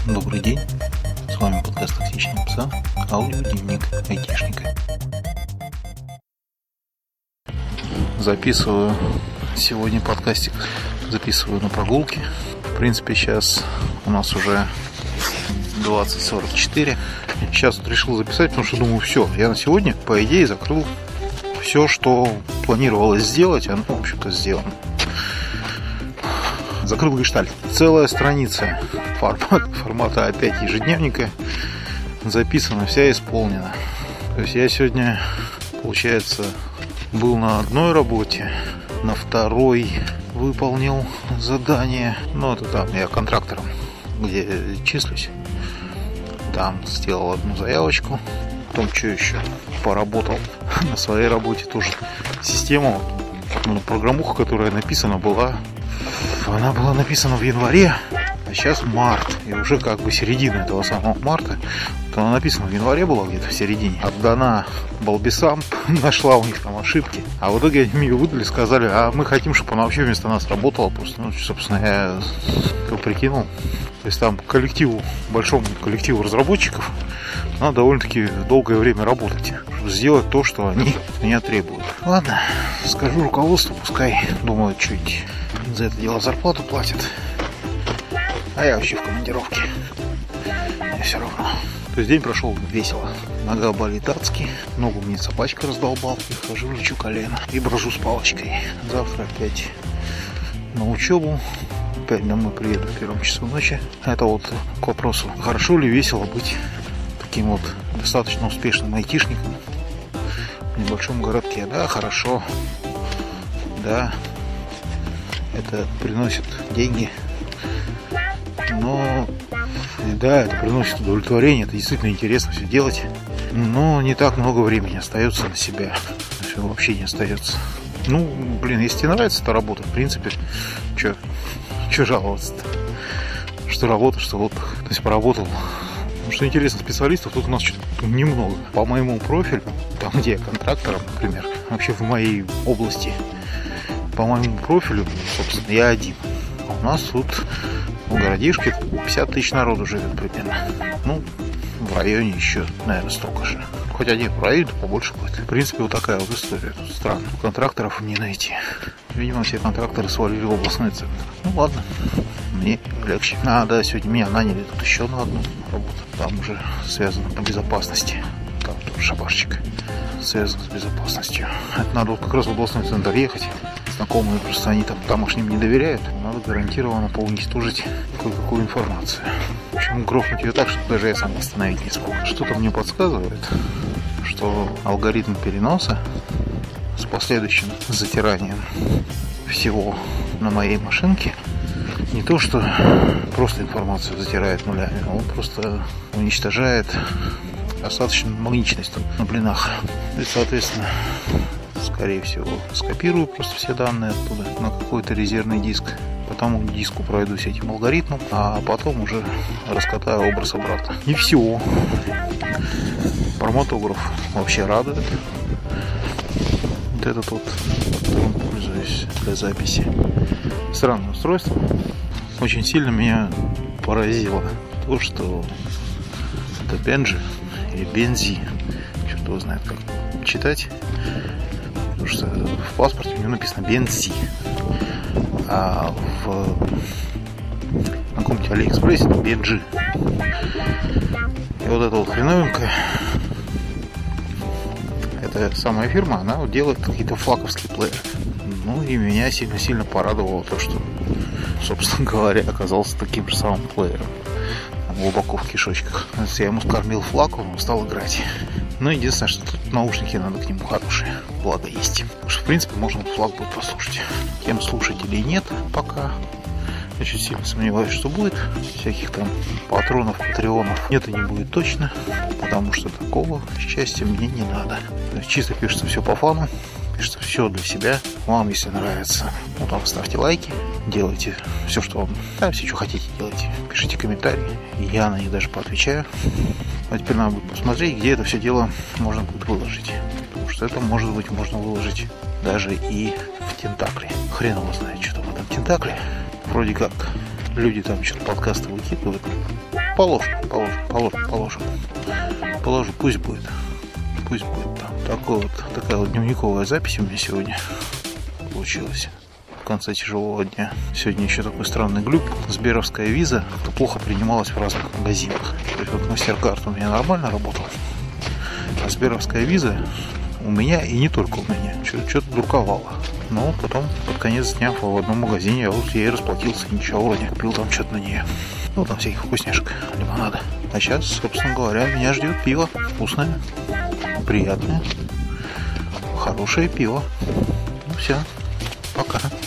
Добрый день, с вами подкаст «Токсичные пса», аудиодневник айтишника. Записываю сегодня подкастик, записываю на прогулке. В принципе, сейчас у нас уже 20:44. Сейчас вот решил записать, потому что думаю, все, я на сегодня, по идее, закрыл все, что планировалось сделать, оно, в общем-то, сделано. Закрыл гештальт. Целая страница формата опять ежедневника записана, вся исполнена. То есть я сегодня, получается, был на одной работе, на второй выполнил задание. Ну, это там я контрактором, где числюсь. Там сделал одну заявочку. Потом что еще? Поработал на своей работе тоже. Система, программуха, которая написана была, она была написана в январе, а сейчас март. И уже как бы середина этого самого марта. Вот она написана в январе была где-то в середине. Отдана балбесам, нашла у них там ошибки. А в итоге они мне ее выдали, сказали, а мы хотим, чтобы она вообще вместо нас работала. Просто, собственно, я прикинул. То есть там большому коллективу разработчиков надо довольно-таки долгое время работать, чтобы сделать то, что они меня требуют. Ладно, скажу руководству, пускай думают, чуть за это дело зарплату платят. А я вообще в командировке. Мне все равно. То есть день прошел весело. Нога болит адски. Ногу мне собачка раздолбал. И хожу, лечу колено. И брожу с палочкой. Завтра опять на учебу. Опять домой приеду в 1 часу ночи. Это вот к вопросу, хорошо ли, весело быть таким вот достаточно успешным айтишником в небольшом городке. Да, хорошо. Да, это приносит деньги. Но да, это приносит удовлетворение. Это действительно интересно все делать. Но не так много времени остается на себя. Все вообще не остается. Если тебе нравится эта работа, в принципе, что жаловаться-то? Что работа, что отдых. То есть поработал. Что интересно, специалистов тут у нас что-то немного. По моему профилю, там где я контрактором, например, вообще в моей области, по моему профилю, собственно, я один. А у нас тут в городишке 50 тысяч народу живет примерно. В районе еще, наверное, столько же. Хотя нет, в районе побольше будет. В принципе, вот такая вот история. Тут странно. Контракторов не найти. Видимо, все контракторы свалили в областной центр. Ладно. Мне легче. Да, сегодня меня наняли тут еще на одну работу. Там уже связано по безопасности. Там тоже шабашчик. Связано с безопасностью. Это надо как раз в областной центр ехать. Знакомые просто они там тамошним не доверяют. Надо гарантированно поуничтожить кое-какую информацию. В общем, грохнуть ее так, чтобы даже я сам остановить не смог. Что-то мне подсказывает, что алгоритм переноса с последующим затиранием всего на моей машинке не то, что просто информацию затирает нулями, а он просто уничтожает остаточную магничность на блинах. И, соответственно, скорее всего, скопирую просто все данные оттуда на какой-то резервный диск. По тому диску пройдусь этим алгоритмом, а потом уже раскатаю образ обратно. И все. Промотограф вообще радует. Вот этот вот, которым пользуюсь для записи. Странное устройство. Очень сильно меня поразило то, что это Бенджи или Бензи. Черт его знает, как читать. Потому что в паспорте у него написано Бензи. А на каком-нибудь Алиэкспрессе это Бенджи. И вот эта вот хреновинка, эта самая фирма, она делает какие-то флаговские плееры. И меня сильно порадовало то, что, собственно говоря, оказался таким же самым плеером. Глубоко в кишочках. Я ему скормил флаг, он стал играть. Единственное, что тут наушники надо к нему хорошие. Благо есть. Потому что, в принципе, можно флаг будет послушать. Кем слушать или нет пока. Я чуть сильно сомневаюсь, что будет. Всяких там патронов, патреонов нет и не будет точно. Потому что такого счастья мне не надо. То есть чисто пишется все по фану. Пишется все для себя. Вам, если нравится, там ставьте лайки. Делайте все, что вам... все, что хотите, делайте. Пишите комментарии. Я на них даже поотвечаю. А теперь надо будет посмотреть, где это все дело можно будет выложить. Потому что это, может быть, можно выложить даже и в Тентакле. Хрен его знает, что там в этом Тентакле. Вроде как люди там что-то подкасты выкидывают. Положу, пусть будет там. Такая вот дневниковая запись у меня сегодня получилась в конце тяжелого дня. Сегодня еще такой странный глюк. Сберовская виза плохо принималась в разных магазинах. То есть вот MasterCard у меня нормально работал, а сберовская виза у меня, и не только у меня, что-то друковало. Но потом под конец дня в одном магазине я и расплатился, ничего, вроде купил там что-то на нее. Ну, там всяких вкусняшек, лимонада. А сейчас, собственно говоря, меня ждет пиво. Вкусное, приятное, хорошее пиво. Ну все, пока.